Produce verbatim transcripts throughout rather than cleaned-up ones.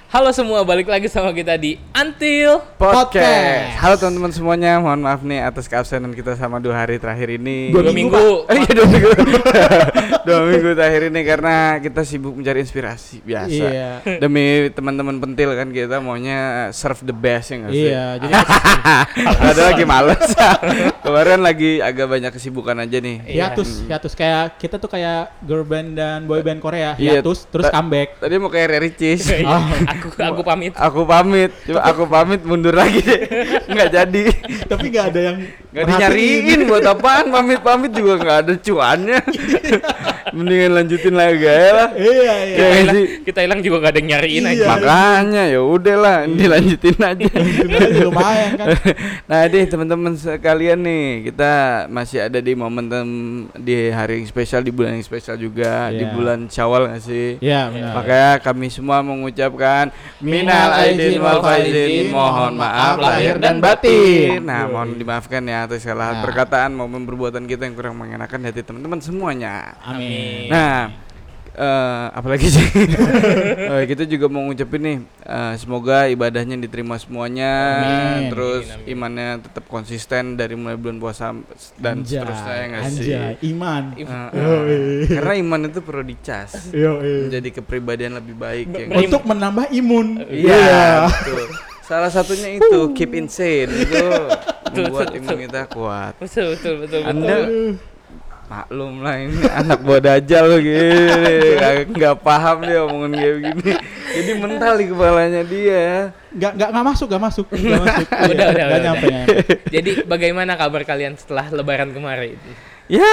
Halo semua, balik lagi sama kita di Until Podcast. Halo teman-teman semuanya, mohon maaf nih atas keabsenan kita sama dua hari terakhir ini. Dua, dua minggu, minggu. Eh, iya, dua minggu. Dua minggu terakhir ini karena kita sibuk mencari inspirasi biasa. Iya. Demi teman-teman pentil kan kita maunya serve the best ya nggak sih? Iya, jadi ada lagi males. Kemarin lagi agak banyak kesibukan aja nih. hiatus, hiatus kayak kita tuh kayak girl band dan boy band Korea, Iya, hiatus terus ta- comeback. Tadi mau kayak Rare Ricis. Oh. Aku aku pamit. Aku pamit, coba aku pamit mundur lagi deh. Nggak jadi. Tapi nggak ada yang Nggak dinyariin buat apaan, pamit-pamit juga nggak ada cuannya. Mendingan lanjutin lagi ya lah. Iya, iya. Ya, Kita hilang, sih. kita hilang juga gak ada yang nyariin Iya. aja. Makanya ya udahlah, dilanjutin aja. Sebenarnya lumayan kan. Nah, deh teman-teman sekalian nih, kita masih ada di momentum di hari yang spesial, di bulan yang spesial juga, di Iya. bulan Syawal nggak sih? Iya, benar. Makanya kami semua mengucapkan minal aidin wal faizin, mohon maaf lahir dan batin. Nah, mohon dimaafkan ya atas kesalahan Nah. perkataan maupun perbuatan kita yang kurang mengenakan hati teman-teman semuanya. Amin. Nah, eh apalagi sih? Eh, kita juga mau ngucapin nih, eh, semoga ibadahnya diterima semuanya, Amin. terus Amin, amin. imannya tetap konsisten dari mulai bulan puasa dan Anjay, seterusnya ya nggak sih? anjay, iman. Eh, Im- eh, Yoi. karena iman itu perlu dicas Yo, menjadi kepribadian lebih baik ya. nggak? Untuk menambah imun. Iya, betul. Salah satunya itu keep insane itu membuat imun kita kuat. Betul betul betul. Anda betul. maklum lah ini anak buah dajal gini, nggak nggak paham dia omongan kayak begini. Jadi mental di kepalanya dia. Nggak nggak nggak masuk, nggak masuk. Nggak masuk. Udah, Iya, udah, nggak udah, nyampe, udah. nyampe. Jadi bagaimana kabar kalian setelah Lebaran kemarin? Ya,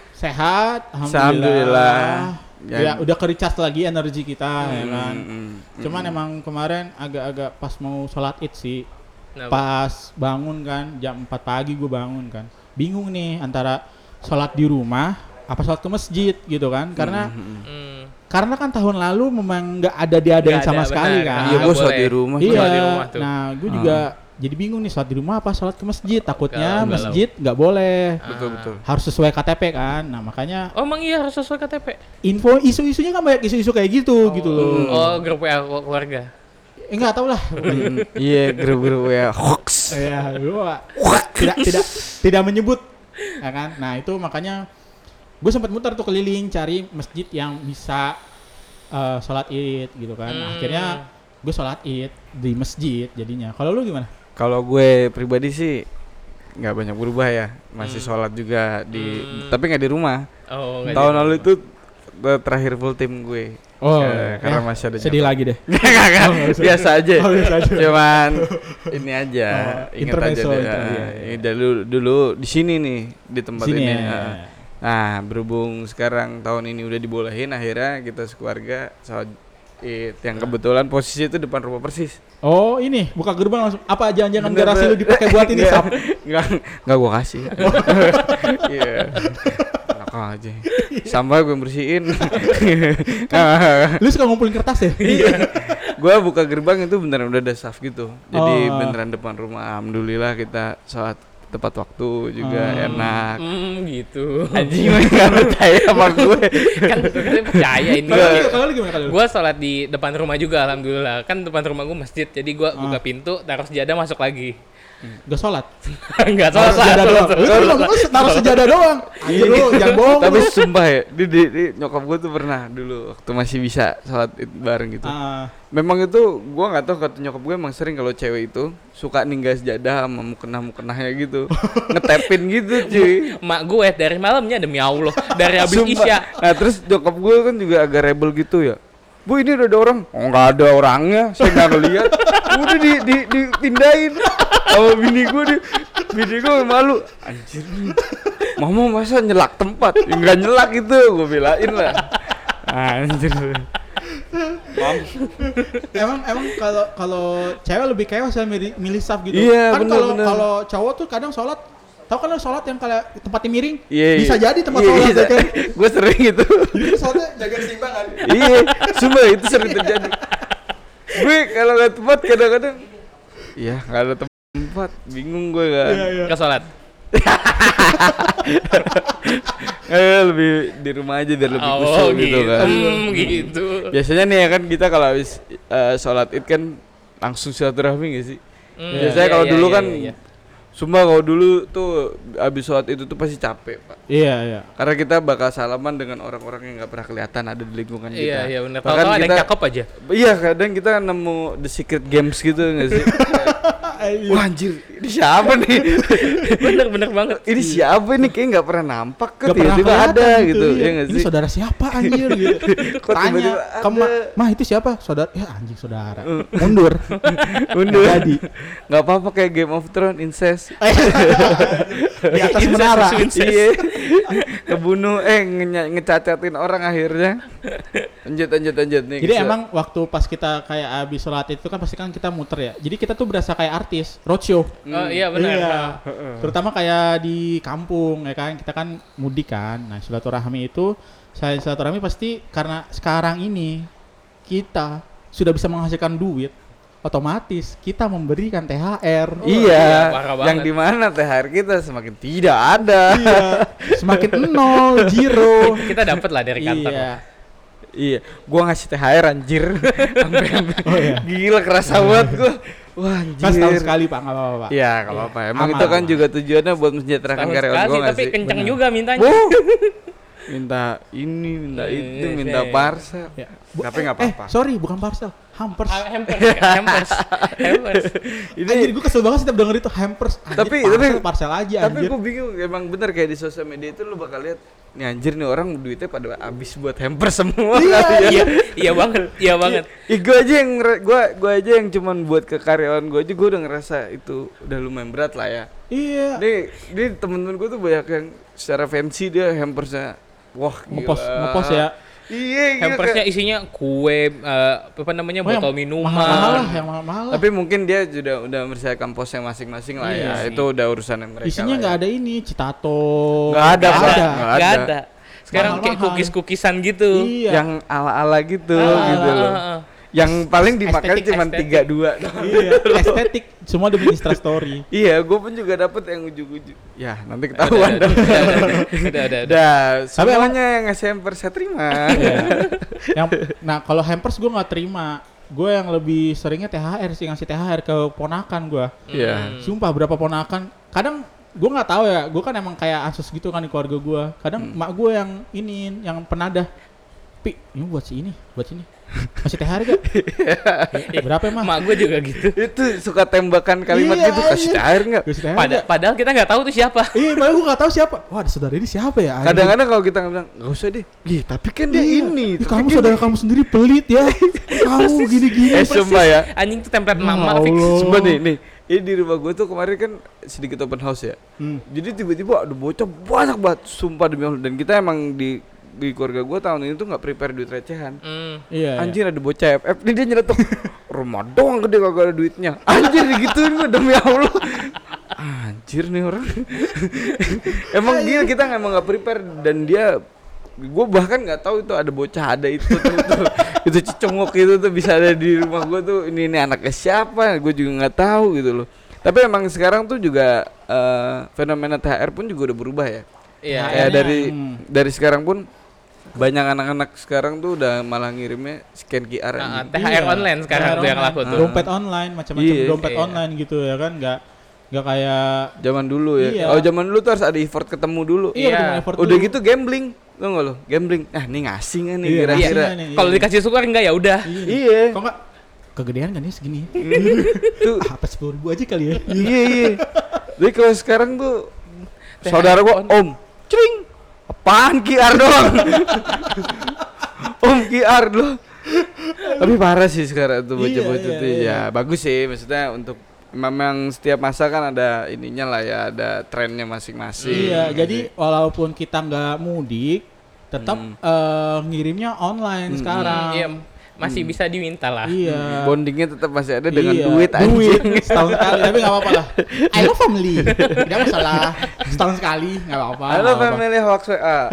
Sehat, alhamdulillah. Alhamdulillah. Ya, Ya. udah ke-recharge lagi energi kita ya kan. mm, mm, Cuman mm. emang kemarin agak-agak pas mau sholat id sih, Kenapa? pas bangun kan jam empat pagi gue bangun kan, bingung nih antara sholat di rumah apa sholat ke masjid gitu kan, karena Mm, mm, mm. Hmm. karena kan tahun lalu memang nggak ada diadain Nggak sama ada, sekali benar. kan. Iya, Nggak gue sholat boleh. di rumah. Iya, Sholat di rumah tuh. nah gue Ah. juga jadi bingung nih sholat di rumah apa sholat ke masjid, takutnya Galau, galau. masjid nggak boleh, Betul betul. harus sesuai K T P kan. Nah makanya Oh emang iya harus sesuai K T P? info isu-isunya kan banyak isu-isu kayak gitu gitu loh. Oh grup W A keluarga. Eh, nggak tahu lah. Mm, Iya, grup-grup ya hoax. Ya, gua tidak tidak tidak menyebut, ya kan? Nah itu makanya gue sempat muter tuh keliling cari masjid yang bisa eh, sholat id gitu kan. Hmm. Akhirnya gue sholat id di masjid jadinya. Kalau lu gimana? Kalau gue pribadi sih nggak banyak berubah ya, masih Hmm. sholat juga di, Hmm. tapi nggak di rumah. Oh nggak Tahun jadi. lalu itu eh, terakhir full tim gue. Oh, Eh, karena masih ada sedih nyokap. lagi deh. Nggak, nggak, nggak. Oh, nggak usah. Biasa aja. Oh, biasa aja. Cuman ini aja, Oh, ingat aja intermezzo, deh. inter- ah, iya, iya. ini dulu dulu di sini nih, di tempat Sini ini. ya. ah. Nah, berhubung sekarang tahun ini udah dibolehin, akhirnya kita sekeluarga sholat id yang kebetulan posisi itu depan rumah persis. Oh ini buka gerbang langsung. Apa jangan-jangan Bener, garasi bener. lu dipakai buat ini Nggak, sap? Nggak, nggak gua kasih. Iya. Enak aja. Sampai gue bersihin. Lu suka ngumpulin kertas ya? Gua buka gerbang itu beneran udah ada staff gitu. Jadi Oh. beneran depan rumah. Alhamdulillah kita sholat tepat waktu juga Oh. enak. Hmm gitu. Anjing mah nggak percaya sama gue. Kan gue percaya ini. Kalau lu- kalau lu gimana kalau lu? Gue sholat di depan rumah juga alhamdulillah. Kan depan rumah gue masjid. Jadi gue Ah. buka pintu, taruh sejadah masuk lagi. Gak sholat? Enggak Taruh sholat. sejadah doang. sholat, Lu sholat, tadi ngomong taruh sejadah doang. Anjir lu jangan bohong. Tapi lu. sumpah ya, di, di, di nyokap gue tuh pernah dulu waktu masih bisa sholat id bareng gitu. Ah, Memang itu gua nggak tahu, kata nyokap gue emang sering kalau cewek itu suka ninggah sejadah sama mukena-mukenahnya gitu. Ngetepin gitu cuy. Mak gue dari malamnya demi Allah. Dari habis Sumpah. isya. Nah terus nyokap gue kan juga agak rebel gitu ya. Bu ini udah ada orang. Oh nggak ada orangnya, saya nggak ngeliat. Udah di, di, dipindahin. Sama bini gue di, bini gue malu. Anjir Mama masa nyelak tempat? Ya, nggak nyelak itu, gue belain lah. Anjir Mam. emang emang kalau kalau cewek lebih kayak saya milih, milih staff gitu. Iya, kan bener, kalau bener. kalau cowok tuh kadang sholat, tahu kan sholat yang kayak tempatnya miring, Iya, bisa iya. jadi tempat Iya, sholat bisa. ya kan. Gue sering gitu. Jadi sholatnya jaga keseimbangan. Iya, sumpah itu sering terjadi. Gue kalau nggak tempat kadang-kadang, iya nggak ada tempat, bingung gue kan. Iya iya. Ke sholat. Eh, lebih di rumah aja biar lebih Oh khusyuk gitu gitu, kan. hmm, gitu. Biasanya nih ya kan kita kalau habis eh, sholat id kan langsung silaturahmi gak sih? Hmm, Biasanya iya, kalau iya, dulu iya, kan iya, iya. Sumpah kalau dulu tuh habis sholat itu tuh pasti capek pak. Iya, iya. Karena kita bakal salaman dengan orang-orang yang nggak pernah kelihatan ada di lingkungan kita. Iya, iya benar. Bahkan Tahu-tahu ada yang kita- cakep aja. Iya kadang kita nemu the secret games gitu nggak sih? Wah anjir, ini siapa nih? Bener bener banget. Ini siapa nih? Kayak nggak pernah nampak kan? Gak pernah Tiba-tiba kelihatan ada gitu, iya. ya nggak Ini sih? saudara siapa anjir gitu. Kok Tanya tiba-tiba ke ma, ada? mah itu siapa? Saudara. Ya anjing saudara. Mundur. Undur. Nggak jadi. Nggak apa-apa kayak Game of Thrones, incest. Di atas Incest, menara. incest. Iya. Kebunuh eh nge- ngecacatin orang akhirnya. Lanjut lanjut lanjut nih. Jadi Bisa. emang waktu pas kita kayak abis sholat itu kan pasti kan kita muter ya. Jadi kita tuh berasa kayak artis, roadshow. Oh iya benar. Iya. Terutama kayak di kampung ya kan, kita kan mudik kan. Nah, silaturahmi itu saya silaturahmi pasti karena sekarang ini kita sudah bisa menghasilkan duit, otomatis kita memberikan T H R. Iya, iya, parah yang banget. di mana T H R kita semakin tidak ada. Iya, semakin nol, zero. Kita dapat lah dari kantor. Iya. Iya, gua ngasih T H R anjir. Sampai Oh iya. gila kerasa banget gua. Wah anjir. Kan setahun sekali Pak, nggak apa-apa Pak. Iya, enggak apa-apa. Emang Aman, itu kan aman. juga tujuannya buat mensejahterakan Tahun karyawan sekali gua nggak tapi sih? kencang Benar. juga mintanya. Wuh. Minta ini, minta Iya, itu, iya, minta iya. parcel. Ya. Bu- Tapi nggak eh, apa-apa. Eh, sorry, bukan parcel, hampers. Ah, hampers, hampers, hampers. Ini Anjir, gue kesel banget setiap denger itu hampers. Anjir, Tapi- parcel, tapi- parcel aja Tapi anjir. gue bingung, emang bener kayak di sosial media itu lu bakal lihat nih anjir nih orang duitnya pada habis buat hamper semua Iya, kali ya. Iya, iya banget, iya banget. Ih, gue aja yang ngera- gua gua aja yang cuman buat ke karyawan gue aja gue udah ngerasa itu udah lumayan berat lah ya. Iya. Nih, nih temen-temen gue tuh banyak yang secara fancy dia hampersnya wah gila. Ngepost, ngepost ya. Iya, gila, Hampersnya kayak- isinya kue, eh, apa namanya, Oh, yang botol minuman. Mahal-mahal lah, yang mahal-mahal. lah. tapi mungkin dia sudah udah mempersiapkan posnya masing-masing lah Iya ya. sih. Itu udah urusan mereka. Isinya lah nggak ya. ada ini, citato. Nggak ada, Nggak Pak. ada. Nggak Gak ada. ada. Sekarang kayak Mahal-mahal. cookies-cookisan gitu. Iya. Yang ala-ala gitu Ah, gitu ah, loh. ah, ah. Yang paling dimakan Estetik, cuma estetik. tiga dua doang. Iya, estetik. Semua demi Insta story. Iya, gue pun juga dapet yang ujuk-ujuk. Ya, nanti Udah, ketahuan udah, dong. udah, udah, udah, udah, udah. Dah, Tapi semuanya yang ngasih hamper saya terima. Iya. Yang nah, kalau hampers gue nggak terima. Gue yang lebih seringnya T H R sih, ngasih T H R ke ponakan gue. Iya. Sumpah berapa ponakan. Kadang gue nggak tahu ya, gue kan emang kayak ansos gitu kan di keluarga gue. Kadang Hmm. mak gue yang ini, yang penadah. Pi, ini buat si ini, buat sini. Masih T H R gak? Berapa emang? Mak gue juga gitu. Itu suka tembakan kalimat Iya, gitu kasih iya. air nggak? Kasih T H R Pada, nggak? padahal kita nggak tahu tuh siapa. Iya, padahal gue nggak tahu siapa. Wah, ada saudara ini siapa ya? anjing? Kadang-kadang kalau kita bilang nggak usah deh. Ih, tapi kan dia Iya. ini. Ih, tapi kamu kan saudara kamu sendiri pelit ya. Kamu gini-gini. Eh, sumpah ya. Anjing tuh template Ya mama fix. Allah. Sumpah nih, nih. Ini di rumah gue tuh kemarin kan sedikit open house ya. Hmm. Jadi tiba-tiba ada bocah banyak banget, sumpah demi Allah. Dan kita emang di di keluarga gue tahun ini tuh nggak prepare duit recehan. Hmm. Iya. Anjir ada bocah F F nih dia nyeletuk rumah doang gede kagak ada duitnya. Anjir digituin gue demi Allah. Anjir nih orang. Emang gila kita emang nggak prepare dan dia gue bahkan nggak tahu itu ada bocah ada itu tuh, tuh. Itu cecongok itu tuh bisa ada di rumah gue tuh ini ini anaknya siapa gue juga nggak tahu gitu loh. Tapi emang sekarang tuh juga eh, fenomena T H R pun juga udah berubah ya. Iya. Nah, Kayak akhirnya, dari hmm. dari sekarang pun banyak anak-anak sekarang tuh udah malah ngirimnya scan Q R. Nah, anjing. T H R Iya, online sekarang T H R tuh yang online. laku tuh. Dompet online, macam-macam Iya. dompet Iya. online gitu ya kan, nggak nggak kayak Zaman dulu ya. Iya. Oh, zaman dulu tuh harus ada effort ketemu dulu. iya, Iya. ketemu effort Udah dulu. gitu gambling. Tau gak lo? Gambling. Ah, nih ngasih nggak nih Iya, kira-kira? ngasih nggak nih? Kalau dikasih suka enggak ya udah. Iya. Iya. Kok nggak kegedean kan ya segini? Tuh. Ah, apa sepuluh ribu aja kali ya? Iya, iya. Jadi kalau sekarang tuh T H R saudara gua on. Om, cering. Apaan Q R doang? Om Q R loh. Tapi parah sih sekarang tuh Iya, bocah-bocah iya, tuh. iya. Ya bagus sih maksudnya untuk memang setiap masa kan ada ininya lah ya, ada trennya masing-masing. Iya, gitu jadi sih. walaupun kita nggak mudik, tetap Hmm. eh, ngirimnya online Hmm. sekarang. Iya, masih bisa diminta lah. Iya. bondingnya tetap masih ada dengan Iya, duit duit anjing. setahun sekali, tapi nggak apa-apa lah. I love family, tidak masalah. Setahun sekali nggak apa-apa. Halo nggak apa-apa. family hoax W A.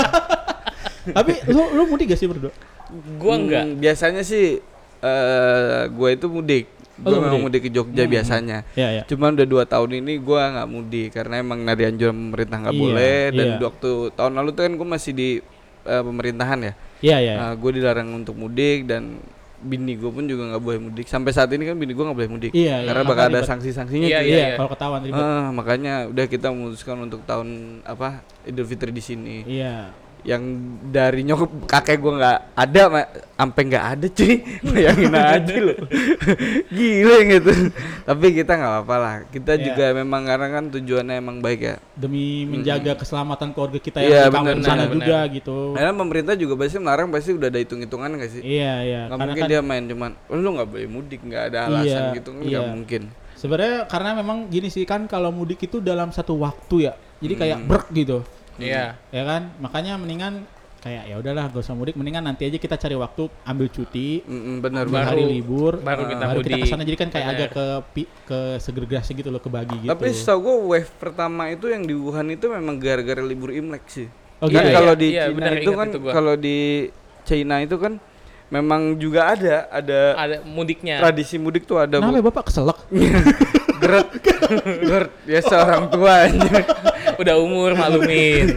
Tapi lu lu mudik gak sih berdua? Gua enggak. Hmm, biasanya sih eh gue itu mudik. Gue lu memang mudik? mudik ke Jogja Hmm. biasanya. Iya, iya. Cuman udah dua tahun ini gue nggak mudik karena emang dari anjuran pemerintah nggak Iya, boleh. Dan iya. waktu tahun lalu tuh kan gue masih di uh, pemerintahan ya. Iya, iya. Nah, gue dilarang untuk mudik dan bini gue pun juga nggak boleh mudik. Sampai saat ini kan bini gue nggak boleh mudik. Iya, Karena iya. bakal Makanya ada ribet. sanksi-sanksinya. Iya, cuy. Iya, iya. kalau ketahuan ribet. Ah, makanya udah kita memutuskan untuk tahun apa Idul Fitri di sini. Iya. Yang dari nyokap kakek gue nggak ada, sampai nggak ada cuy. Bayangin aja lo, gile gitu. Tapi kita nggak apa-apa lah. Kita Iya. juga memang karena kan tujuannya emang baik ya. Demi menjaga keselamatan keluarga kita Iya, yang di kampung benar, sana benar, juga gitu. Karena pemerintah juga pasti melarang, pasti udah ada hitung-hitungan nggak sih? Iya, iya. Nggak Karena mungkin kan dia main cuman, oh, lu nggak boleh mudik, nggak ada alasan Iya, gitu, nggak iya. mungkin. sebenarnya karena memang gini sih kan, kalau mudik itu dalam satu waktu ya. Jadi kayak Hmm. brek gitu. Iya. Ya kan? Makanya mendingan kayak ya udahlah gak usah mudik, mendingan nanti aja kita cari waktu ambil cuti, Mm-mm, benar ambil benar. hari Baru- libur, baru kita baru kita mudik. kesana, jadi kan kayak Bener. agak ke pi- ke segregasi gitu loh, kebagi gitu. Tapi setahu gue wave pertama itu yang di Wuhan itu memang gara-gara libur Imlek sih. Oh, Kan gitu ya? kalau Iya, di iya, Cina benar, itu ingat kan itu gua. kalau di China itu kan memang juga ada ada Ada mudiknya. tradisi mudik tuh ada. Kenapa Bu. ya Bapak keselak? Geret, geret, biasa orang tua aja. Udah umur maklumin.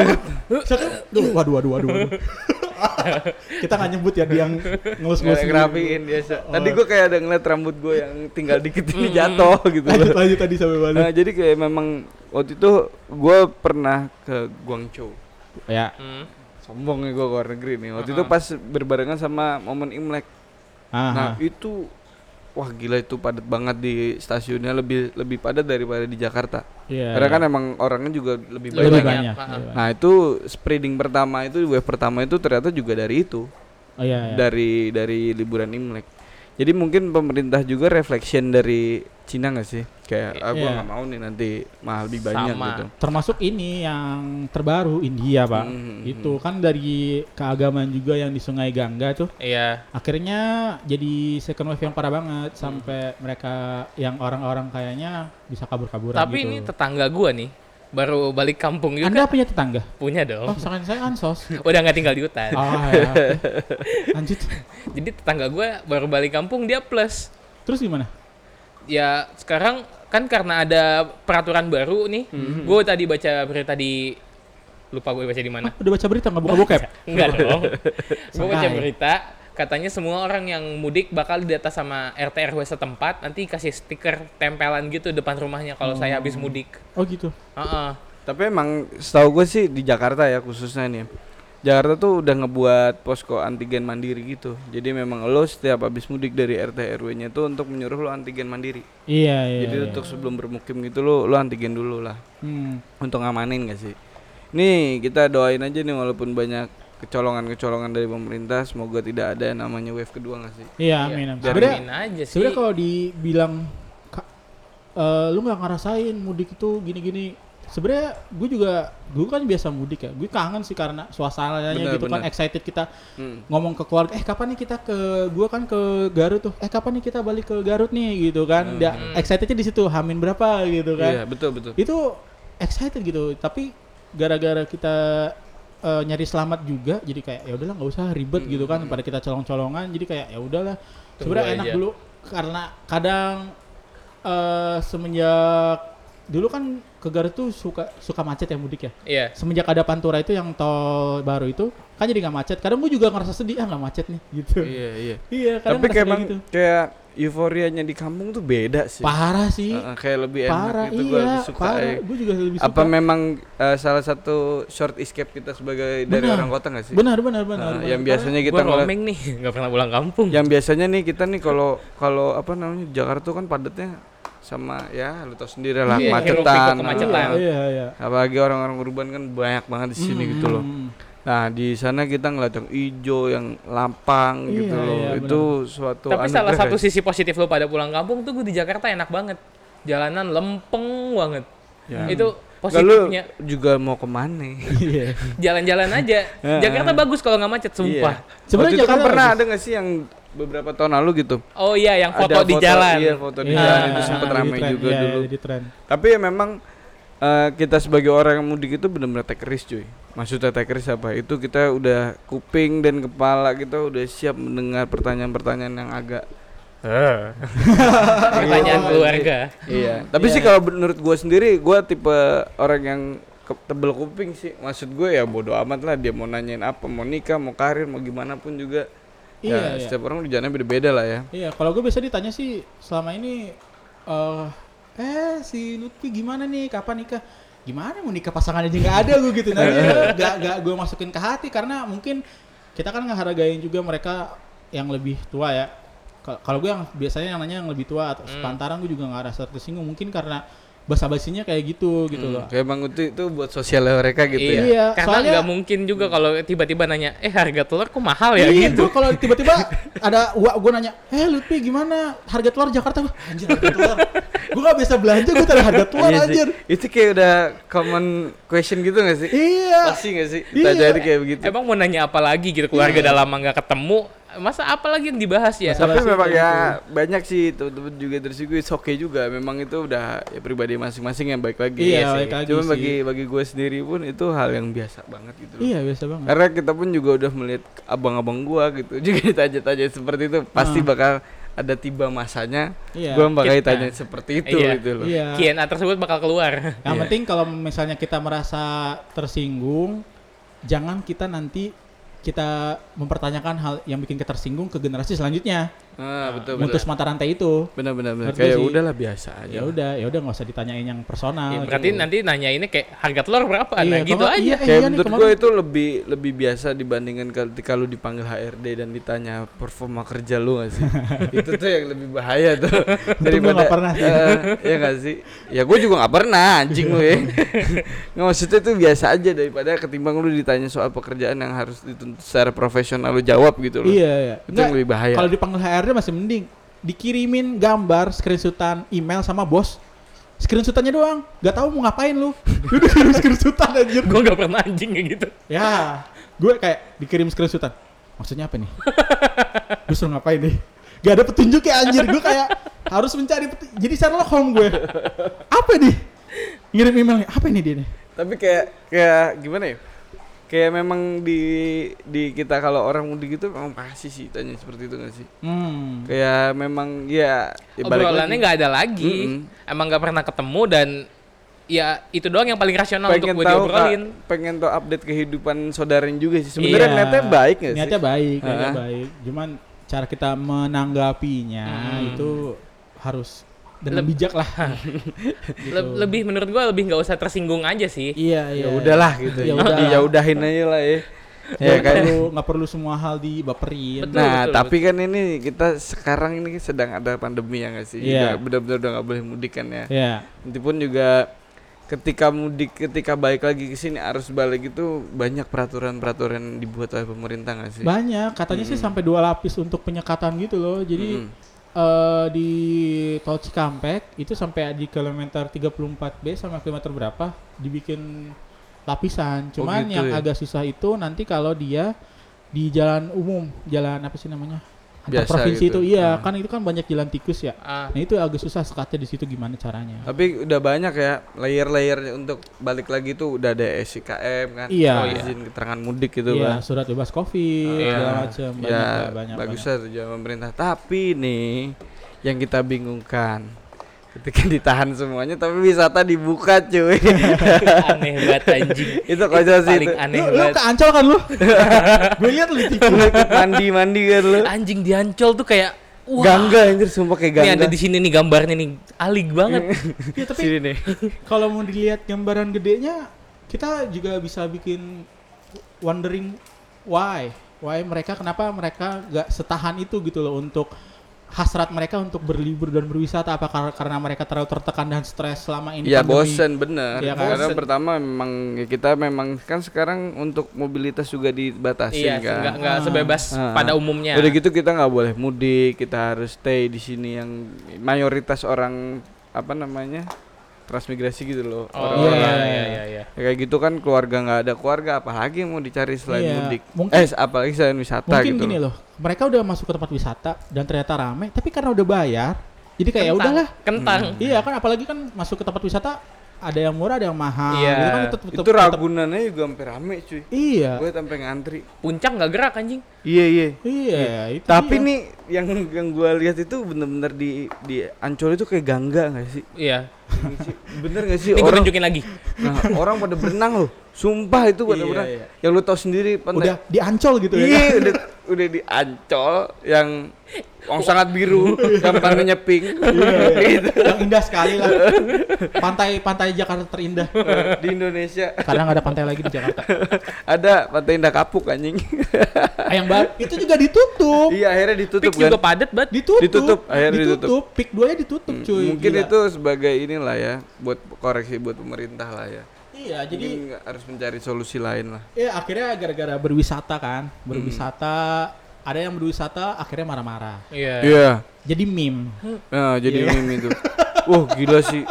Duh, waduh, waduh, waduh, waduh. Kita nggak nyebut ya dia yang ngelus-ngelus Nggak ngerapiin biasa. Oh. Tadi gue kayak ada ngeliat rambut gue yang tinggal dikit ini jatuh gitu. Lanjut, lanjut tadi sampai mana? Nah, jadi kayak memang waktu itu gue pernah ke Guangzhou. Ya. Hmm. Sombong nih gue ke luar negeri nih. Waktu Uh-uh. itu pas berbarengan sama momen Imlek. Nah Aha. itu wah gila itu padat banget di stasiunnya, lebih lebih padat daripada di Jakarta. Iya. Karena iya. kan emang orangnya juga lebih Lebih banyak. banyak. banyak, Lebih banyak. Nah itu spreading pertama itu, wave pertama itu ternyata juga dari itu, Oh iya, iya. dari dari liburan Imlek. Jadi mungkin pemerintah juga reflection dari Cina nggak sih? Kayak aku Iya. nggak mau nih nanti mahal lebih banyak Sama. gitu. Termasuk ini yang terbaru India, Pak. Hmm, Itu kan dari keagamaan juga yang di Sungai Gangga tuh. Iya. Akhirnya jadi second wave yang parah banget, sampai mereka yang orang-orang kayaknya bisa kabur-kaburan Tapi gitu. ini tetangga gua nih baru balik kampung juga. Anda punya tetangga? Punya Oh, dong. misalkan saya ansos. Udah nggak tinggal di hutan. Ah ya. Oke. Lanjut. Jadi tetangga gua baru balik kampung dia plus. Terus gimana? Ya sekarang kan karena ada peraturan baru nih. Hmm. Gue tadi baca berita di lupa gue baca di mana. Ah, udah baca berita nggak buka bokep? Enggak dong. Gue baca Santai. berita katanya semua orang yang mudik bakal didata sama R T R W setempat, nanti kasih stiker tempelan gitu depan rumahnya kalau saya habis mudik. Oh gitu. Heeh. Tapi emang setahu gue sih di Jakarta ya khususnya nih. Jakarta tuh udah ngebuat posko antigen mandiri gitu. Jadi memang lo setiap habis mudik dari R T R W-nya tuh untuk menyuruh lo antigen mandiri. Iya iya. Jadi iya. untuk sebelum bermukim gitu lo lo antigen dulu lah. Hmm. Untuk ngamanin gak sih? Nih kita doain aja nih walaupun banyak kecolongan-kecolongan dari pemerintah, semoga tidak ada yang namanya wave kedua gak sih? Iya, Iya, amin. amin. biar Sebenarnya Amin aja sih. sebenarnya kalau dibilang Kak, eh, lu nggak ngerasain mudik itu gini-gini, sebenarnya gue juga gue kan biasa mudik ya, gue kangen sih karena suasananya Bener, gitu kan, bener. excited kita Hmm. ngomong ke keluarga, eh kapan nih kita ke, gue kan ke Garut tuh, eh kapan nih kita balik ke Garut nih gitu kan, dia Hmm. excitednya di situ, hamin berapa gitu kan, Iya betul betul. itu excited gitu, tapi gara-gara kita eh, nyari selamat juga, jadi kayak ya udahlah nggak usah ribet gitu kan, pada kita colong-colongan, jadi kayak ya udahlah, Tunggu sebenarnya enak aja. dulu karena kadang eh, semenjak dulu kan ke Garut tuh suka suka macet ya mudik ya. Iya. Semenjak ada Pantura itu yang tol baru itu kan jadi nggak macet. Kadang gue juga ngerasa sedih, ah nggak macet nih gitu. Iya iya. Iya, kadang Tapi ngerasa kayak kayak emang gitu. kayak euforianya di kampung tuh beda sih. Parah sih. Heeh, kayak lebih enak Parah, gitu, gue iya, lebih suka. parah. eh. Gue juga lebih suka. Apa memang eh, salah satu short escape kita sebagai dari Benar. orang kota nggak sih? Benar, benar, benar. Nah, benar. yang biasanya Gue kita ngeliat, roaming nih, nggak pernah pulang kampung. yang biasanya nih kita nih kalau kalau apa namanya Jakarta tuh kan padatnya sama ya lu tau sendiri lah, Iya, kemacetan. hiruk-pikuk kemacetan. Nah, Iya, iya. apalagi orang-orang urban kan banyak banget di sini gitu loh. Hmm. Nah di sana kita ngeliat yang hijau, yang lapang Iya, gitu loh. iya, itu suatu Tapi salah anugerah satu ya. sisi positif lo pada pulang kampung tuh gue di Jakarta enak banget. Jalanan lempeng banget. Ya. Itu Nggak, lu positifnya. juga mau kemana? Iya. Jalan-jalan aja. Jakarta bagus kalau nggak macet, sumpah. Iya. Sebenarnya Waktu itu kan Jakarta pernah bagus. ada nggak sih yang beberapa tahun lalu gitu? Oh iya, yang foto Ada di jalan. Iya, foto di Iya, jalan itu ah, sempat jadi ramai tren. juga Iya, dulu. jadi tren. Tapi ya memang eh, kita sebagai orang yang mudik itu benar-benar take risk cuy. Maksudnya take risk apa? Itu kita udah kuping dan kepala kita udah siap mendengar pertanyaan-pertanyaan yang agak Pertanyaan keluarga. Iya. Tapi sih kalau menurut gue sendiri, gue tipe orang yang ke- tebel kuping sih. Maksud gue ya bodo amat lah dia mau nanyain apa, mau nikah, mau karir, mau gimana pun juga. Iya, Ya, iya. setiap orang tujuannya beda-beda lah ya. Iya, kalau gue biasa ditanya sih selama ini eh eh si Lutfi gimana nih, kapan nikah? Gimana mau nikah, pasangan aja nggak ada gue gitu. Nah, gak gak gue masukin ke hati karena mungkin kita kan ngehargain juga mereka yang lebih tua ya. Kal- Kalau gue yang biasanya yang nanya yang lebih tua atau sepantaran, gue juga nggak rasa tersinggung mungkin karena basa-basinya kayak gitu gitu loh. Hmm, kayak Bang Uti itu buat sosialnya mereka gitu Iya. ya. Iya, Karena soalnya- nggak mungkin juga kalau tiba-tiba nanya, eh harga telur kok mahal ya Iya, gitu. gua kalau tiba-tiba ada gua gua nanya, "Eh, Lutfi gimana harga telur Jakarta?" Gua, anjir harga telur. Gua enggak biasa belanja, gua tanya harga telur Iya sih. anjir. Itu kayak udah common question gitu gak sih? Iya. Pasti gak sih? Iya. Ditanya kayak begitu. Emang mau nanya apa lagi gitu, keluarga udah lama nggak ketemu, masa apa lagi yang dibahas ya? Masalah- Tapi sih memang kayak ya banyak sih teman-teman juga tersinggung, it's okay juga. Memang itu udah ya pribadi masing-masing yang baik lagi. Iya, sih. baik lagi Cuma sih. bagi bagi gue sendiri pun itu hal yang biasa banget gitu loh. Iya, biasa banget. Karena kita pun juga udah melihat abang-abang gua gitu juga ditanya-tanya seperti itu, pasti Ah. bakal ada tiba masanya Iya. gua bakal Kita- ditanya seperti itu Iya. gitu loh. Iya. Q and A tersebut bakal keluar. Yang Iya. penting kalau misalnya kita merasa tersinggung, jangan kita nanti kita mempertanyakan hal yang bikin kita tersinggung ke generasi selanjutnya. Ah, betul betul. Mutus mata rantai itu. Benar-benar benar. Menurut Kayak gua sih. udahlah biasa aja. Ya udah, ya udah nggak usah ditanyain yang personal. Ya, berarti gitu. nanti nanya ini kayak harga telur berapa? Iya, Nah gitu kalau- aja. iya, Kayak iya nih, menurut kemarin- gue itu lebih lebih biasa dibandingkan ketika lu dipanggil H R D dan ditanya performa kerja lu gak sih? Itu tuh yang lebih bahaya tuh gua nggak pernah sih. Eh, ya gak sih? Ya gue juga gak pernah anjing lu ya. Nggak, maksudnya itu biasa aja daripada ketimbang lu ditanya soal pekerjaan yang harus dituntut secara profesional lu jawab gitu loh. Iya, iya. Itu yang lebih bahaya. Kalau dipanggil H R D masih mending. Dikirimin gambar, screenshotan email sama bos. Screenshotannya doang. Gak tahu mau ngapain lu. Udah kirim screenshotan anjir. Gue nggak pernah anjing kayak gitu. Ya, gue kayak dikirim screenshotan. Maksudnya apa nih? Gue suruh ngapain nih? Gak ada petunjuk ya anjir. Gue kayak harus mencari petunjuk. Jadi Sherlock Holmes gue. Apa nih? Ngirim emailnya. Apa nih dia nih? Tapi kayak kayak gimana ya? Kayak memang di di kita kalau orang mudik itu memang pasti sih tanya seperti itu gak sih? Hmm. Kayak memang ya, ya balik Obrolannya lagi. nggak ada lagi. Mm-mm. Emang nggak pernah ketemu dan ya itu doang yang paling rasional pengen untuk gue tahu diobrolin. Kak, pengen tahu update kehidupan saudaranya juga sih. Sebenarnya Iya. niatnya baik gak sih? Niatnya baik, niatnya Ah. baik. Cuman cara kita menanggapinya Hmm. itu harus dengan Leb- bijak lah. Le- lebih menurut gue lebih nggak usah tersinggung aja sih. Iya, iya. Ya udahlah gitu. Ya Ya, udah. ya udahin aja lah ya. Ya Ya kan. perlu nggak perlu semua hal dibaperin. Betul, Nah, betul, tapi kan ini kita sekarang ini sedang ada pandemi ya nggak sih? Iya. Udah benar-benar udah nggak boleh mudik kan ya. Ya. Meskipun juga ketika mudik, ketika balik lagi ke sini arus balik itu banyak peraturan-peraturan yang dibuat oleh pemerintah nggak sih? Banyak, katanya sih Mm-mm. sampai dua lapis untuk penyekatan gitu loh. Jadi Mm-mm. eh, di Tol Cikampek itu sampai di kilometer tiga puluh empat B sama kilometer berapa dibikin lapisan. Cuman gitu yang ya? agak susah itu nanti kalau dia di jalan umum, jalan apa sih namanya? Antar Biasa provinsi gitu. itu. Iya, Ah. kan itu kan banyak jalan tikus ya. Ah, Nah, itu agak susah sekatnya di situ gimana caranya. Tapi udah banyak ya layer-layer untuk balik lagi tuh udah ada S I K M kan, Iya. oh, izin keterangan mudik gitu Iya, kan. surat bebas Covid Iya. segala macam. Banyak Ya lah, banyak. bagus banyak. lah tujuan pemerintah. Tapi nih yang kita bingungkan ketika ditahan semuanya tapi wisata dibuka cuy. aneh banget anjing. Itu kocak sih paling itu. aneh Lu, lu banget. ke Ancol kan lu? Gue lihat lu di T V. Lu ikut mandi-mandi kan lu. Anjing di Ancol tuh kayak wah. Gangga anjir sumpah kayak Ini gangga. ada di sini nih gambarnya nih, alik banget. Ya, tapi Sini nih. kalau mau dilihat gambaran gedenya, kita juga bisa bikin wondering why, why mereka kenapa mereka gak setahan itu gitu loh untuk hasrat mereka untuk berlibur dan berwisata. Apa kar- karena mereka terlalu tertekan dan stres selama ini? Ya pandemi? bosen bener. Iya kan? Karena Bosen. pertama memang ya kita memang kan sekarang untuk mobilitas juga dibatasin Iya, kan. nggak nggak Ah. sebebas Ah. pada umumnya. Udah gitu kita nggak boleh mudik, kita harus stay di sini yang mayoritas orang apa namanya transmigrasi gitu loh. Oh Orang-orang iya Orang-orang. iya iya iya. ya kayak gitu kan keluarga nggak ada keluarga apalagi yang mau dicari selain Iya. mudik. Mungkin- eh apalagi selain wisata Mungkin gitu. gini loh. loh, mereka udah masuk ke tempat wisata dan ternyata rame, tapi karena udah bayar, jadi kayak ya Kentang, udahlah. Kentang. Iya kan, apalagi kan masuk ke tempat wisata ada yang murah, ada yang mahal. Iya. Gitu kan tetep, Itu tetep- tetep- Ragunannya juga hampir rame cuy. Iya. Gue sampai ngantri. Puncak nggak gerak anjing. Iya iya. Iya, itu Tapi dia. nih yang yang gue lihat itu bener-bener di di Ancol itu kayak gangga nggak sih? Iya. Ini sih, bener nggak sih Ini gue orang? tunjukin lagi. Nah, orang pada berenang loh. Sumpah itu pada Iya, berenang. iya. Yang lu tahu sendiri udah diancol gitu ya. Iya, udah udah di Ancol yang yang sangat biru, yang pantainya pink. Gitu. Yang indah sekali lah. Pantai pantai Jakarta terindah. Di Indonesia Kadang ada pantai lagi di Jakarta. ada Pantai Indah Kapuk anjing. Ah, yang baru itu juga ditutup. Iya, akhirnya ditutup Pik kan. juga padat banget. Ditutup. Ditutup, akhirnya ditutup. Pik duanya ditutup, Hmm, cuy. Mungkin Gila. itu sebagai inilah ya, buat koreksi buat pemerintah lah ya. Iya, jadi Mungkin harus mencari solusi lain lah. ya akhirnya gara-gara berwisata kan. Hmm. Berwisata, ada yang berwisata akhirnya marah-marah. Iya. Iya. Jadi meme. Nah, jadi Iya. meme itu. Wah, gila sih.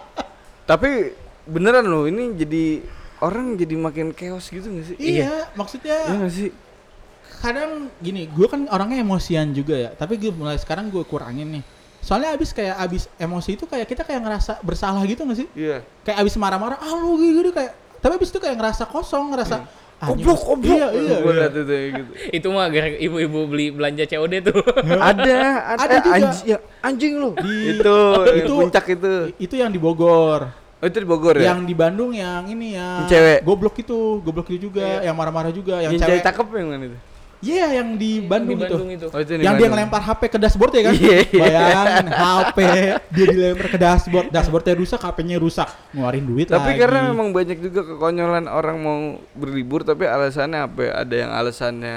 Tapi beneran loh, ini jadi orang jadi makin chaos gitu gak sih? Iya, maksudnya Iya gak sih? kadang gini, gue kan orangnya emosian juga ya. Tapi gue mulai sekarang gue kurangin nih. Soalnya abis kayak abis emosi itu kayak kita kayak ngerasa bersalah gitu gak sih? Iya. Kayak abis marah-marah, ah lu gini kayak. Tapi abis itu kayak ngerasa kosong, ngerasa anjing, Oblok, oblok. Iya, iya. Gue iya. liat itu ya gitu. Itu mah gara ibu-ibu beli belanja C O D tuh. ada, ada, Ada juga. anjing, ya, anjing loh. Di- itu, yang itu- puncak itu. Itu yang di Bogor. Oh, itu di Bogor ya? Yang di Bandung yang ini yang Yang cewek. goblok itu, goblok itu juga, yang marah-marah juga, yang, yang cewek. cewek cakep yang mana itu? Iya, yang di Bandung, Di Bandung itu. itu. Oh, itu di Yang dia Bandung. ngelempar H P ke dashboard ya kan? Iya, iya. Bayangin H P dia dilempar ke dashboard, dashboardnya rusak, H P-nya rusak, ngeluarin duit Tapi lagi. karena memang banyak juga kekonyolan orang mau berlibur tapi alasannya apa ya? Ada yang alasannya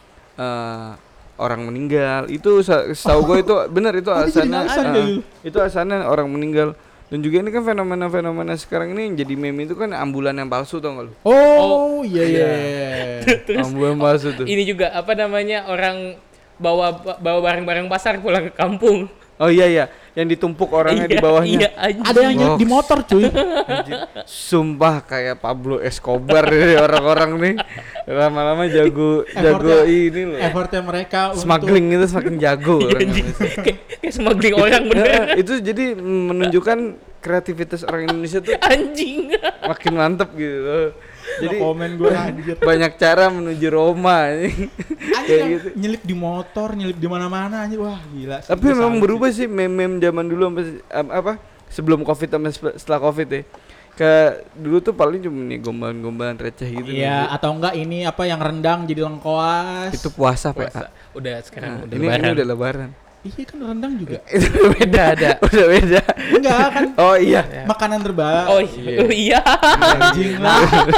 eh, orang meninggal. Itu sa- setahu gue itu benar itu Oh, itu jadi alasannya. alasan eh, kayak gitu? itu alasannya orang meninggal. Dan juga ini kan fenomena-fenomena sekarang ini yang jadi meme itu kan ambulan yang palsu tau gak lu? Oh, iya iya. Ambulan palsu tuh. Ini juga apa namanya orang bawa bawa barang-barang pasar pulang ke kampung. Oh iya iya, yang ditumpuk orangnya di Iya, bawahnya. Iya, anjing. Ada yang nyelip di Box. motor, cuy. Anjir, sumpah kayak Pablo Escobar ini orang-orang nih. Lama-lama jago jago Effortnya- ini loh. Effortnya mereka Smuggling itu semakin jago Iya, orang anjing. Indonesia. Kayak kayak smuggling orang bener. Ya, itu jadi menunjukkan kreativitas orang Indonesia tuh Anjing. makin mantep gitu loh. Jadi Jadi komen gue anjir. banyak cara menuju Roma ini. Anjir Kayak yang gitu. nyelip di motor, nyelip di mana-mana anjir. Wah, gila sih. Tapi Gua memang salut berubah sih meme-meme zaman dulu sampai se- am- apa sebelum Covid sama se- setelah Covid ya. Kayak dulu tuh paling cuma nih gombalan-gombalan receh gitu. sih. Iya, gitu. atau enggak ini apa yang rendang jadi lengkoas. Itu puasa, Puasa. Pak. Udah sekarang Nah, udah ini, lebaran. ini udah lebaran. Iya kan rendang juga. Itu beda ada. Udah beda. Enggak kan Oh iya. makanan terbaik. Oh iya. Oh, iya. Anjing lah.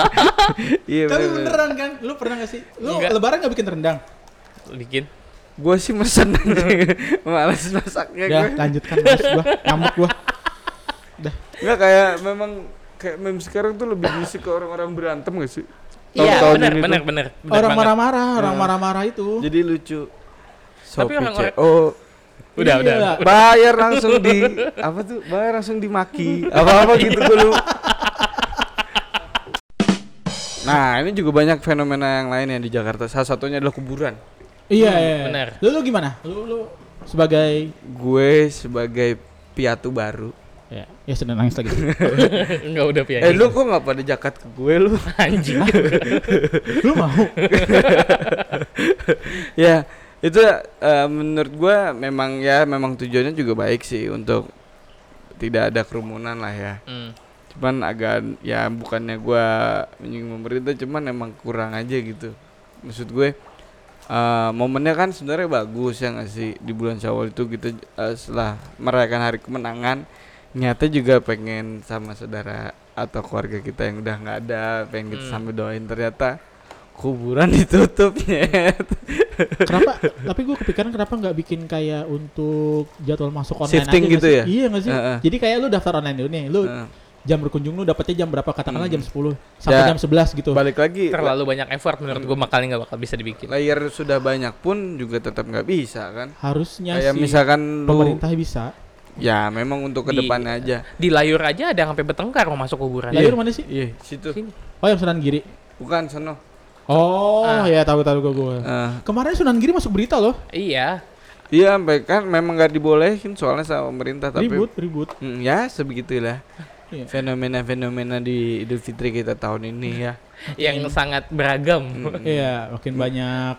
Iya Tapi bener. beneran kan? Lu pernah gak sih? Lu Enggak. lebaran gak bikin rendang? Bikin. Gua sih mesen aja. Males masaknya Udah, gue. lanjutkan mas gua. Ngamuk gua. Udah. Enggak kayak memang kayak meme sekarang tuh lebih musik ke orang-orang berantem gak sih? Iya, Tahun-tahun benar ini tuh. benar benar. benar Orang banget. marah-marah, orang Nah. marah-marah itu. Jadi lucu. Tapi Shopee orang-orang- C O. Udah, Iya. udah. Bayar langsung di apa tuh? Bayar langsung dimaki. Apa-apa gitu gue lu. Nah, ini juga banyak fenomena yang lain yang di Jakarta. Salah satunya adalah kuburan. Iya, iya. benar. Lu, lu gimana? Lu lu sebagai Gue sebagai piatu baru. ya, ya sedang nangis lagi. Enggak udah pian. Eh lu kok nggak pada jakat ke gue lu? Anjing. Lu mau? Ya itu eh, menurut gue memang ya memang tujuannya juga baik sih untuk tidak ada kerumunan lah ya. Hmm. Cuman agak ya bukannya gue menyinggung pemerintah, cuman emang kurang aja gitu. Maksud gue eh, momennya kan sebenarnya bagus ya nggak sih, di bulan Syawal itu kita eh, setelah merayakan hari kemenangan nyata juga pengen sama saudara atau keluarga kita yang udah nggak ada pengen kita Hmm. sambil doain, ternyata kuburan ditutup nyet. Kenapa? Tapi gue kepikiran kenapa nggak bikin kayak untuk jadwal masuk online Shifting aja nggak gitu sih? ya? Iya nggak sih? Heeh. Jadi kayak lu daftar online dulu nih, lu Heeh. jam berkunjung lu dapetnya jam berapa? Katakanlah Hmm. jam sepuluh sampai Ya. jam sebelas gitu. Balik lagi Terlalu banyak effort menurut gua, makanya nggak bakal bisa dibikin. layar sudah banyak pun juga tetap nggak bisa kan. Harusnya Kayak sih misalkan lu pemerintah bisa. ya memang untuk Di- kedepannya aja. Di layur aja ada yang sampai bertengkar mau masuk kuburan. Layur mana sih? Iya situ. Sini. Oh yang Sunan Giri. Bukan sono. Oh Ah. ya tahu tahu gue gue. Eh, Kemarin Sunan Giri masuk berita loh. Iya. iya sampai kan memang nggak dibolehin soalnya sama pemerintah tapi Ribut ribut. Hmm, ya sebegitulah. Iya. fenomena-fenomena di Idul Fitri kita tahun ini ya. Yang sangat beragam. Iya, makin banyak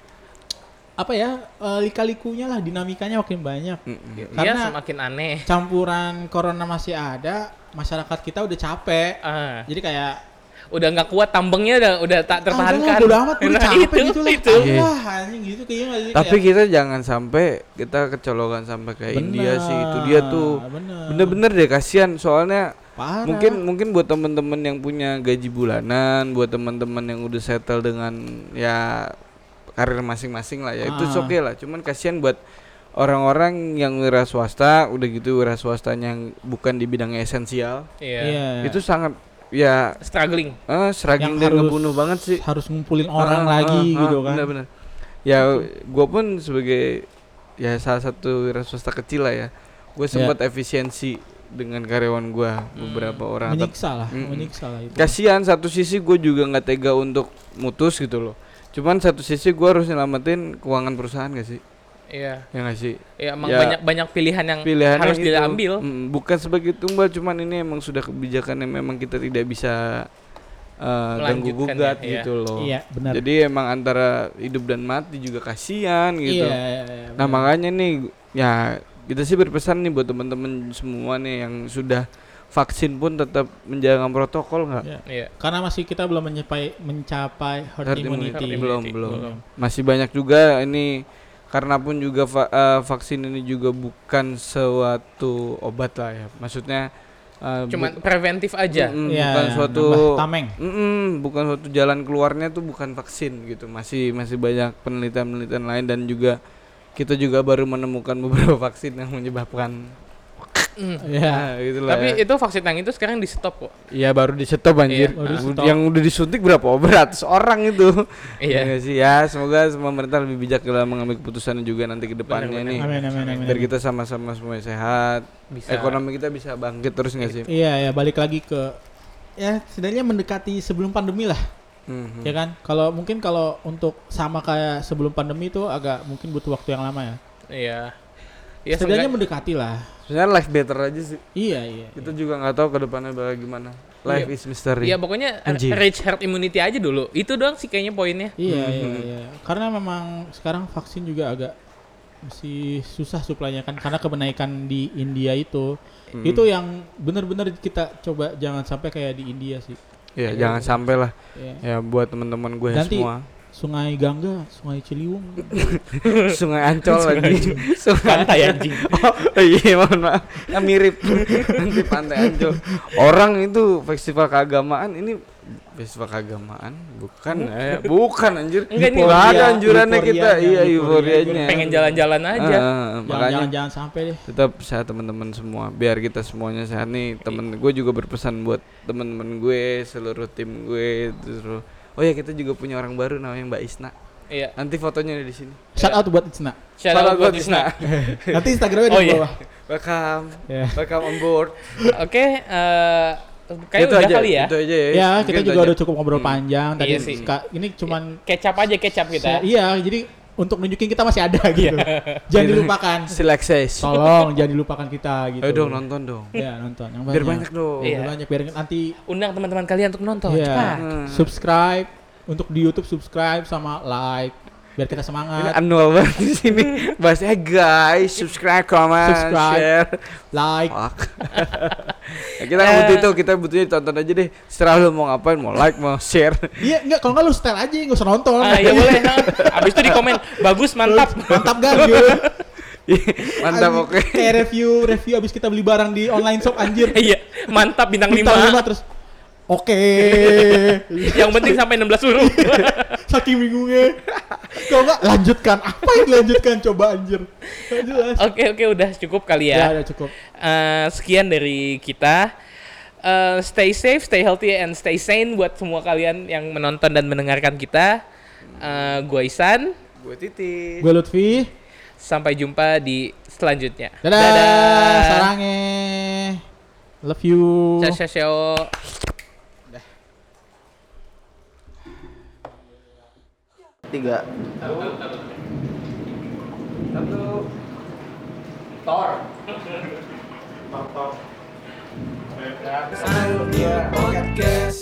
apa ya eh, lika-likunya lah, dinamikanya makin banyak. Mm-mm. Iya, Karena semakin aneh. campuran corona masih ada, masyarakat kita udah capek. Ah, Jadi kayak udah nggak kuat tambengnya, udah udah tak tertahankan. ah, udah amat, udah Nah, capek itu, gitu lah. itu. Iya. Wah, anjing gitu kayaknya nggak sih? Tapi Kayak- kita jangan sampai kita kecolongan sampai kayak India sih. Itu dia tuh. Bener. Bener-bener deh kasihan soalnya Parah. mungkin mungkin buat teman-teman yang punya gaji bulanan, buat teman-teman yang udah settle dengan ya karir masing-masing lah ya, itu Ah. oke lah. Cuman kasihan buat orang-orang yang wira swasta, udah gitu wira swastanya yang bukan di bidangnya esensial. Iya. Iya. Itu sangat ya Struggling. eh seraging Yang dan harus- ngebunuh banget sih. harus ngumpulin orang Ah, lagi ah, gitu ah, kan. Bener-bener. Ya gue pun sebagai ya salah satu wira swasta kecil lah ya, gue Ya. sempat efisiensi dengan karyawan gue beberapa orang. Menyiksa lah, Mm-mm. menyiksa lah itu. Kasihan, satu sisi gue juga nggak tega untuk mutus gitu loh. Cuman satu sisi gue harus nyelamatin keuangan perusahaan gak sih? Iya. Ya nggak sih? Ya emang Ya, banyak banyak pilihan yang Pilihannya harus itu. diambil. Mm, bukan sebagai tumbal, cuman ini emang sudah kebijakan yang memang kita tidak bisa uh, ganggu Melanjutkan gugat ya, iya. gitu loh. Iya, benar. Jadi emang antara hidup dan mati juga kasihan gitu. Iya, iya, iya, Nah benar. makanya nih ya kita sih berpesan nih buat teman-teman semua nih yang sudah vaksin pun tetap menjaga protokol nggak? Iya. Iya. Karena masih kita belum mencapai mencapai herd, Herd immunity. immunity. Herd Belum, immunity. belum. Belum. Masih banyak juga ini karena pun juga va- eh, vaksin ini juga bukan suatu obat lah ya. Maksudnya eh, Cuman bu- preventif aja. Mm-mm, Iya, bukan iya, suatu nambah tameng. Mm-mm, bukan suatu jalan keluarnya tuh bukan vaksin gitu. Masih masih banyak penelitian-penelitian lain dan juga kita juga baru menemukan beberapa vaksin yang menyebabkan Mm. Iya. nah, gitu lah Tapi ya. itu vaksin yang itu sekarang di stop kok. Iya baru di stop anjir. Iya, baru Nah, di-stop. yang udah disuntik berapa? Oh, beratus orang itu. Iya. Ya nggak sih ya, semoga pemerintah lebih bijak dalam mengambil keputusan juga nanti ke depannya Benar, nih. Amin, amin, amin. Biar kita sama-sama semuanya sehat, Bisa. ekonomi kita bisa bangkit terus nggak sih? Iya, ya balik lagi ke ya sebenarnya mendekati sebelum pandemi lah, Mhm. ya kan? Kalau mungkin kalau untuk sama kayak sebelum pandemi itu agak mungkin butuh waktu yang lama ya. Iya. Ya Setidaknya seenggak- mendekati lah. Sebenarnya life better aja sih. Iya, iya. Kita juga nggak tahu ke depannya bakal gimana. Life Iya. is mystery. Iya pokoknya Anjir. reach herd immunity aja dulu. Itu doang sih kayaknya poinnya. Iya, iya, Mhm. iya. Karena memang sekarang vaksin juga agak masih susah suplainya kan karena kebenaikan di India itu. Mhm. Itu yang benar-benar kita coba jangan sampai kayak di India sih. Iya, jangan sampai lah. Iya. Ya buat teman-teman gue Nanti- semua. Sungai Gangga, Sungai Ciliwung. Sungai Ancol lagi. Sungai Pantai anjing. Oh iya mohon maaf, ya, mirip nanti Pantai Ancol. Orang itu festival keagamaan ini festival keagamaan bukan ya bukan anjir. Enggak, ini Nggak ada euforia- anjurannya kita, euforianya, iya euforianya. euforianya. Pengen jalan-jalan aja. Ah, Jangan, makanya jangan, jangan sampai deh. tetap sehat teman-teman semua biar kita semuanya sehat nih. Temen gue juga berpesan buat temen-temen gue, seluruh tim gue terus. Oh ya kita juga punya orang baru namanya Mbak Isna. Iya. Nanti fotonya ada di sini. Shout out buat Itsna. Shout out buat Isna. Nanti Instagramnya Oh, di iya. bawah. Welcome, Ya. welcome on board. Oke, eh kayaknya Itu udah aja, kali ya. Itu aja ya. Ya, Mungkin kita itu juga aja. udah cukup ngobrol panjang tadi. Iya sih. Ska- ini cuman Kecap aja kecap kita. se- iya, jadi untuk nunjukin kita masih ada gitu. Jangan dilupakan. Still access. Tolong jangan dilupakan kita gitu. Ayo dong nonton dong. Ya, nonton yang Biar banyak dong. Iya. Biar banyak biar nanti Undang teman-teman kalian untuk nonton. ya, Cepat. Hmm. subscribe untuk di YouTube, subscribe sama like biar kita Ini semangat. annual banget di sini. Bahasnya guys, subscribe, comment, Subscribe. share. Like. Fuck. Ya, kita nggak butuh itu, kita butuhnya tonton aja deh. Setelah lu mau ngapain, mau like, mau share. Iya, enggak kalau enggak lu setel aja, enggak usah nonton. Ah, iya boleh. Nah. Abis itu di komen bagus, mantap. Mantap kan gitu. Mantap, Abis- oke. Kayak review, review abis kita beli barang di online shop anjir. Iya, mantap bintang Bintang lima. lima terus. Oke. Yang penting sampai enam belas huruf. Saking bingungnya. Kalau enggak lanjutkan. Apa yang dilanjutkan coba anjir. Nggak jelas. Oke, oke udah cukup kali Ya, ya. udah cukup. Eh, sekian dari kita. Eh, stay safe, stay healthy, and stay sane buat semua kalian yang menonton dan mendengarkan kita. Eh, gua Isan. Gue Titi. Gue Lutfi. Sampai jumpa di selanjutnya. Dadah. Sarange. Love you. Ciao, ciao, ciao. Tiga. Satu. Tor. Tor. Podcast.